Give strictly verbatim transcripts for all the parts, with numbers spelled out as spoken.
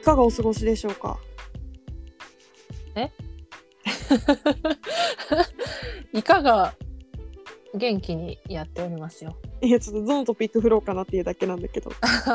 かがお過ごしでしょうか。 えいかが元気にやっておりますよ。 いやちょっとどのトピック振ろうかなっていうだけなんだけど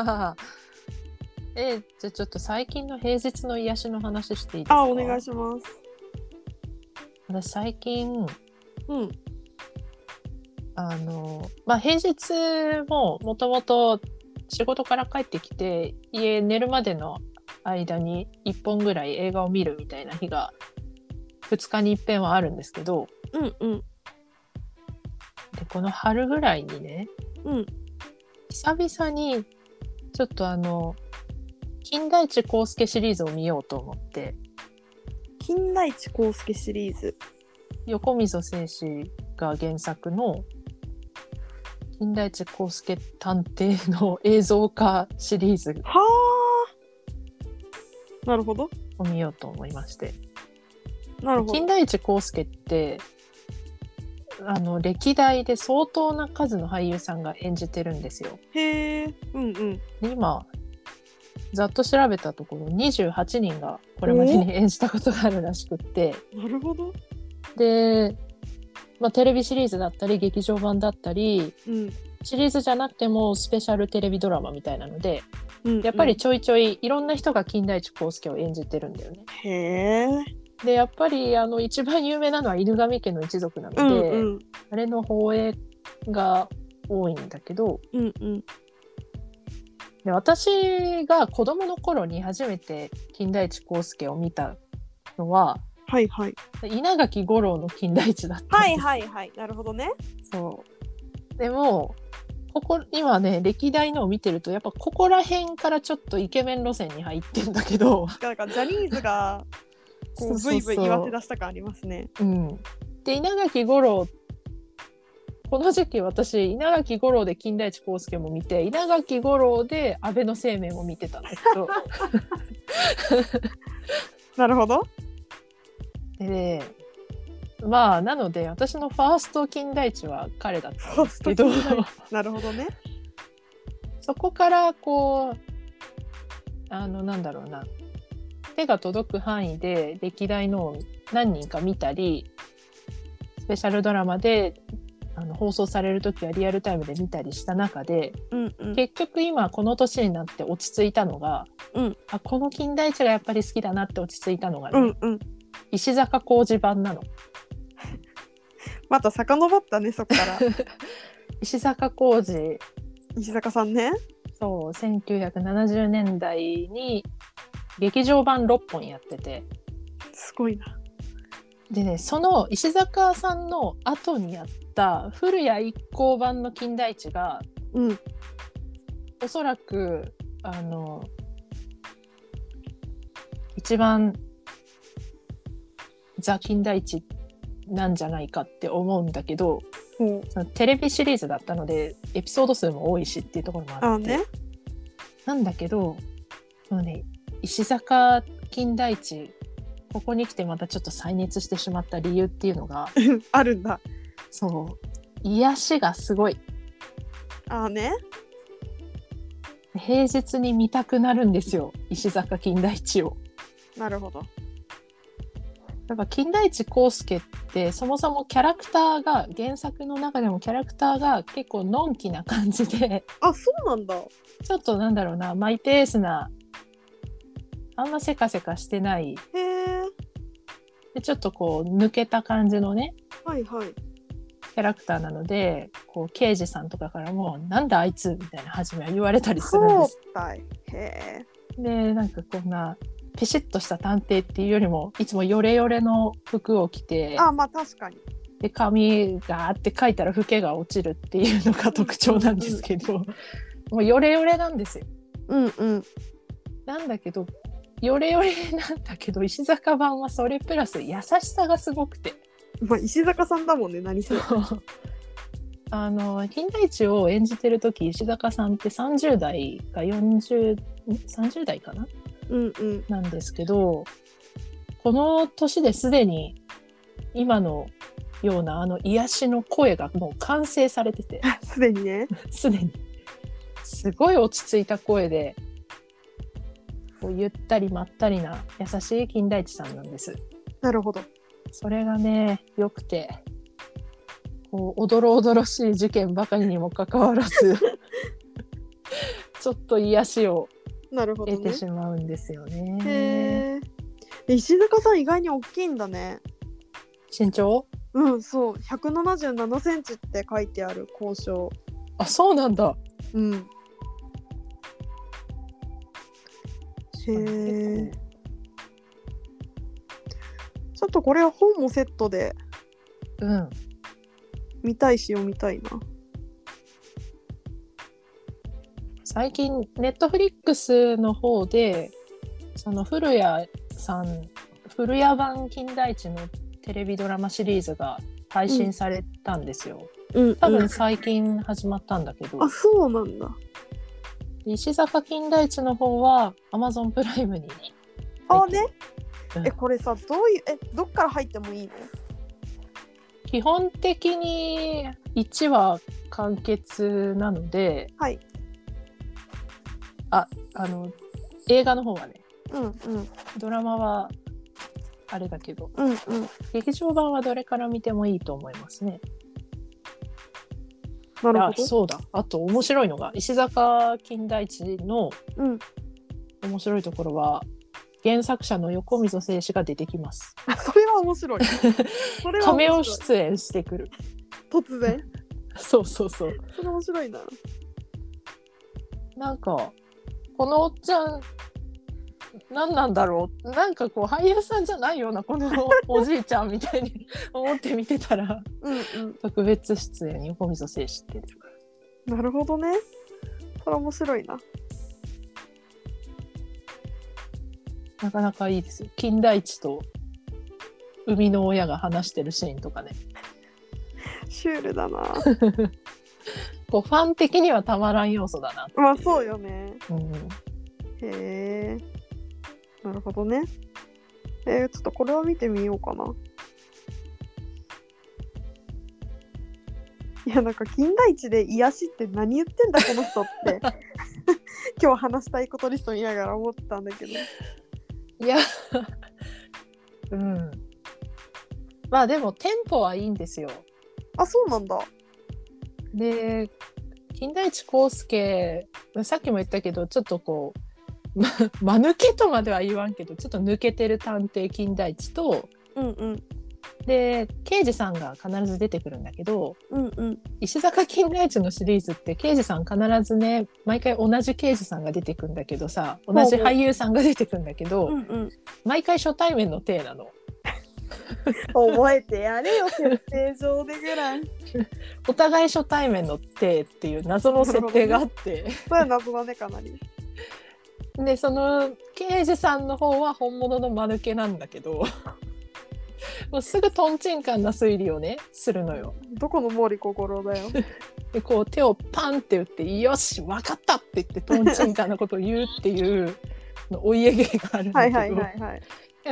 えじゃあちょっと最近の平日の癒しの話していいですか？ あ、お願いします。 私最近うんあのまあ平日ももともと仕事から帰ってきて家寝るまでの間にいっぽんぐらい映画を見るみたいな日がふつかに一遍はあるんですけど、 うんうんでこの春ぐらいにね、 うん。 久々にちょっとあの金田一耕助シリーズを見ようと思って。 金田一耕助シリーズ、 横溝正史が原作の金田一耕助探偵の映像化シリーズはあ、なるほどを見ようと思いまして。 なるほど。 金田一耕助ってあの歴代で相当な数の俳優さんが演じてるんですよ。 へえ、うんうん。 で今ざっと調べたところにじゅうはちにんがこれまでに演じたことがあるらしくって、 なるほど。 で、まあ、テレビシリーズだったり劇場版だったり、 うん、 シリーズじゃなくてもスペシャルテレビドラマみたいなので、 うんうん、 やっぱりちょいちょいいろんな人が金田一耕助を演じてるんだよね。 へえ。 でやっぱりあの一番有名なのは犬神家の一族なので、 うんうん、 あれの放映が多いんだけど、 うんうん、 で私が子供の頃に初めて金田一耕助を見たのは、 はいはい、 稲垣吾郎の金田一だったんです。 はいはいはい、なるほどね。 そうでもここ今ね歴代のを見てるとやっぱここら辺からちょっとイケメン路線に入ってんだけど、 なんかジャニーズがこうブイブイ言わせ出した感ありますね。 うん、で稲垣吾郎この時期私稲垣吾郎で金田一耕助も見て稲垣吾郎で安倍の生命も見てたんだけどなるほど。 でまあなので私のファースト金田一は彼だったんですけどなるほどね。 そこからこうあのなんだろうな手が届く範囲で歴代のを何人か見たりスペシャルドラマであの放送される時はリアルタイムで見たりした中で、 うんうん、 結局今この年になって落ち着いたのが、うん、あこの金田一がやっぱり好きだなって落ち着いたのがね、うんうん、石坂浩二版なの。 また遡ったねそっから石坂浩二石坂さんね。 そうせんきゅうひゃくななじゅうねんだいに劇場版ろっぽんやってて、 すごいな。 でねその石坂さんの後にやった古谷一行版の金田一が、うん、おそらくあの一番ザ・金田一なんじゃないかって思うんだけど、うん、そのテレビシリーズだったのでエピソード数も多いしっていうところもあって、ね、なんだけどその、ね、石坂金田一ここに来てまたちょっと再熱してしまった理由っていうのがあるんだ。 そう癒しがすごい。 あーね。 平日に見たくなるんですよ石坂金田一を。 なるほど。 やっぱ金田一耕助ってそもそもキャラクターが原作の中でもキャラクターが結構のんきな感じで、 あ、そうなんだ。 ちょっとなんだろうなマイペースなあんませかせかしてないへーでちょっとこう抜けた感じのね、 はいはい、 キャラクターなのでこう刑事さんとかからもなんだあいつみたいな初めは言われたりするんです。 へーでなんかこんなピシッとした探偵っていうよりもいつもヨレヨレの服を着て、 あ、まあ確かにで髪があって描いたらフケが落ちるっていうのが特徴なんですけど、うんうんうん、もうヨレヨレなんですよ。 うんうん。 なんだけどヨレヨレなんだけど石坂版はそれプラス優しさがすごくて、 まあ石坂さんだもんね何せ。 あの金田一を演じてる時石坂さんってさんじゅう代かよんじゅう、さんじゅう代かな、うんうん、なんですけどこの年ですでに今のようなあの癒しの声がもう完成されててすでにねすでにすごい落ち着いた声でこうゆったりまったりな優しい金田一さんなんです。 なるほど。 それがね良くて、こうおどろおどろしい事件ばかりにもかかわらずちょっと癒しを得てしまうんですよね。 へえ。石坂さん意外に大きいんだね。 身長？ うん、そう、ひゃくななじゅうななセンチって書いてある交渉。 あ、そうなんだ。 うん。へえ。ちょっとこれは本もセットでうん見たいし読みたいな。 最近ネットフリックスの方でその古谷さん古谷版金田一のテレビドラマシリーズが配信されたんですよ、 うん、 多分最近始まったんだけど、 あ、そうなんだ。 石坂金田一の方は Amazon プライムにあね、 うん、 えこれさどういうえどっから入ってもいいの？ 基本的にいちわ完結なので、 はい、 ああの映画の方はね、 うんうん、 ドラマはあれだけど、 うんうん、 劇場版はどれから見てもいいと思いますね。 なるほど。 あ、そうだ。あと面白いのが石坂金田一の面白いところは、うん、原作者の横溝正史が出てきます。 それは面白い。それは面白い。カメオ出演してくる。 突然。 そうそうそう。 それ面白いな。 なんかこのおっちゃん何なんだろう、なんかこう俳優さんじゃないようなこのおじいちゃんみたいに思って見てたらうん、うん、特別出演横溝正史って出てくる。 なるほどね。それ面白いな。 なかなかいいですよ。金田一と生みの親が話してるシーンとかね。 シュールだな。 こうファン的にはたまらん要素だな。 まあそうよね、 うん、 へえ、なるほどね。えー、ちょっとこれを見てみようかな。いやなんか金田一で癒しって何言ってんだこの人って今日話したいことリスト見ながら思ってたんだけど、 いやうんまあでもテンポはいいんですよ。 あ、そうなんだ。 で金田一耕助、さっきも言ったけどちょっとこうま、間抜けとまでは言わんけどちょっと抜けてる探偵金田一と、 うんうん、 で刑事さんが必ず出てくるんだけど、 うんうん、 石坂金田一のシリーズって刑事さん必ずね毎回同じ刑事さんが出てくるんだけどさ、同じ俳優さんが出てくるんだけど、 うんうん、 毎回初対面の体なの。 覚えてやれよ設定上でぐらいお互い初対面の体っていう謎の設定があってそれは謎だねかなり。 でその刑事さんの方は本物の間抜けなんだけどもうすぐトンチンカンな推理をねするのよ。 どこの毛利心だよでこう手をパンって打ってよし分かったって言ってトンチンカンなことを言うっていうのお家芸があるんだけど、はいはいはいはい、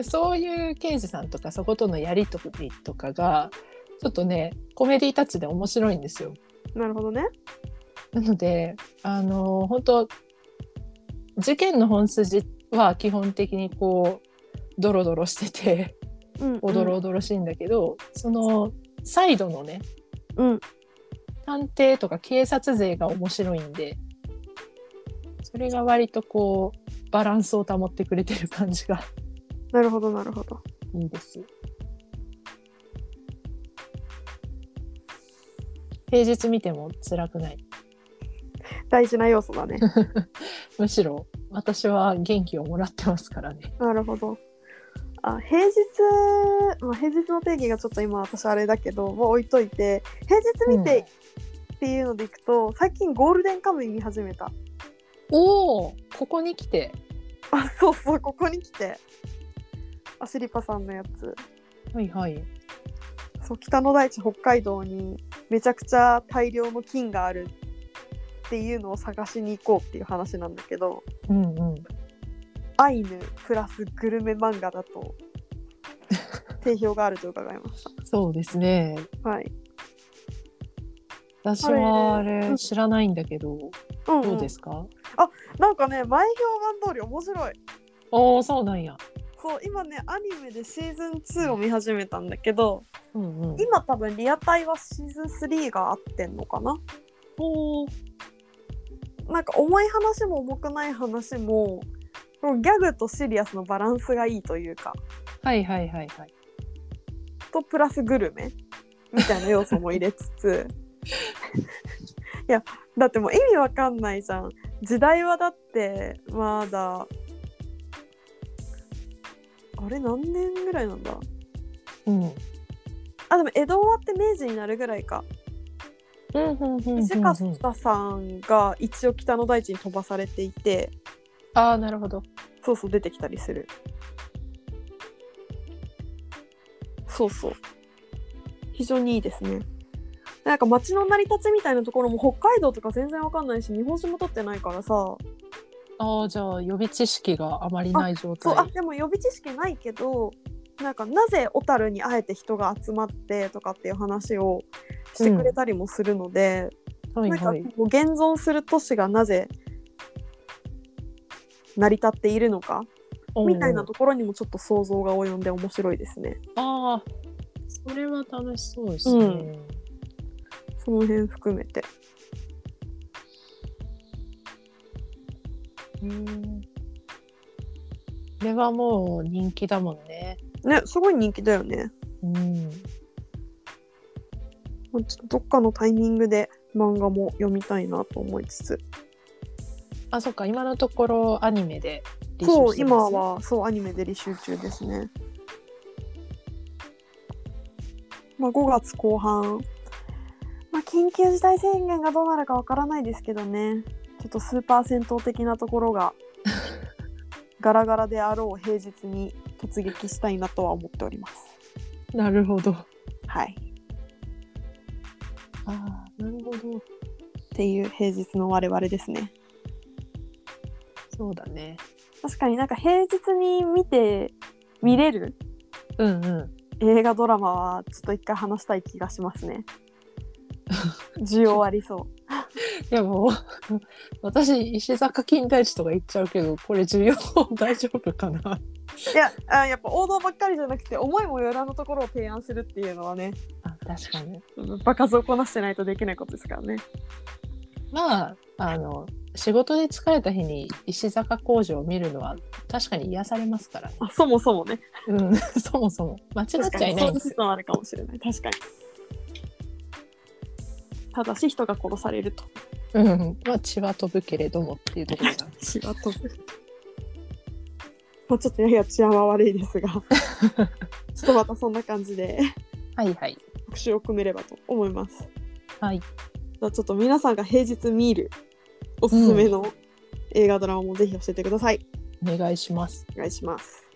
そういう刑事さんとかそことのやりとりとかがちょっとねコメディタッチで面白いんですよ。 なるほどね。 なのであの本当事件の本筋は基本的にこうドロドロしてて、うんうん、おどろおどろしいんだけど、そのサイドのね、うん、探偵とか警察勢が面白いんで、それが割とこうバランスを保ってくれてる感じがなるほどなるほどいいです。平日見ても辛くない。 大事な要素だねむしろ私は元気をもらってますからね。 なるほど。あ、平日、まあ、平日の定義がちょっと今私あれだけど、もう置いといて平日見てっていうのでいくと、うん、最近ゴールデンカムイ見始めた。 おお、ここに来て。 あ、そうそう、ここに来てアシリパさんのやつ。 はいはい。 そう、北の大地北海道にめちゃくちゃ大量の金があるっていうのを探しに行こうっていう話なんだけど、うんうん、アイヌプラスグルメ漫画だと定評があると伺いました。 そうですね。 はい。 私はあれ知らないんだけど、うん、どうですか？ あ、なんかね、前評判通り面白い。 おー、そうなんや。 そう、今ねアニメでシーズンツーを見始めたんだけど、 うんうん、 今多分リアタイはシーズンスリーが合ってんのかな。 おー、 なんか重い話も重くない話もギャグとシリアスのバランスがいいというか、 はいはいはいはい。 とプラスグルメみたいな要素も入れつついやだってもう意味わかんないじゃん。時代はだってまだあれ何年ぐらいなんだ。 うん。 あ、でも江戸終わって明治になるぐらいか。 うんうんうんうんうん。 土方さんが一応北の大地に飛ばされていて、 ああなるほど。 そうそう出てきたりする。そうそう非常にいいですね。なんか街の成り立ちみたいなところも北海道とか全然わかんないし日本史も取ってないからさ。 ああじゃあ予備知識があまりない状態。 あ、そう、あでも予備知識ないけどなんかなぜ小樽にあえて人が集まってとかっていう話をしてくれたりもするので、 うんはいはい、 なんかこう現存する都市がなぜ成り立っているのかみたいなところにもちょっと想像が及んで面白いですね。 ああそれは楽しそうですね、うん、 その辺含めてうんこれはもう人気だもんね。 ね、すごい人気だよね。 うん。 ちょっとどっかのタイミングで漫画も読みたいなと思いつつ。 あ、そっか、今のところアニメで履修してます。そう、今はそうアニメで履修中ですね。まあごがつこう半、まあ緊急事態宣言がどうなるかわからないですけどね。ちょっとスーパー銭湯的なところがガラガラであろう平日に突撃したいなとは思っております。 なるほど。 はい。 ああ、なるほど。 っていう平日の我々ですね。 そうだね。 確かになんか平日に見て見れる、 うんうん、 映画ドラマはちょっと一回話したい気がしますね。需要ありそう。 でも私石坂金田一とか言っちゃうけどこれ需要大丈夫かな。 いやあやっぱ王道ばっかりじゃなくて思いもよらぬところを提案するっていうのはね、 あ確かに場数をこなしてないとできないことですからね。 まああの仕事で疲れた日に石坂工場を見るのは確かに癒されますからね。 あそもそもね、 うん、そもそも間違っちゃいないんですよ。 そういうのあるかもしれない。確かに。ただし人が殺されると。 うん、まあ血は飛ぶけれどもっていうところが血は飛ぶ。まあちょっとやや治安は悪いですがちょっとまたそんな感じではいはい復習を組めればと思います。 はい。 じゃあちょっと皆さんが平日見るおすすめの映画ドラマもぜひ教えてください。 うん、お願いします。 お願いします。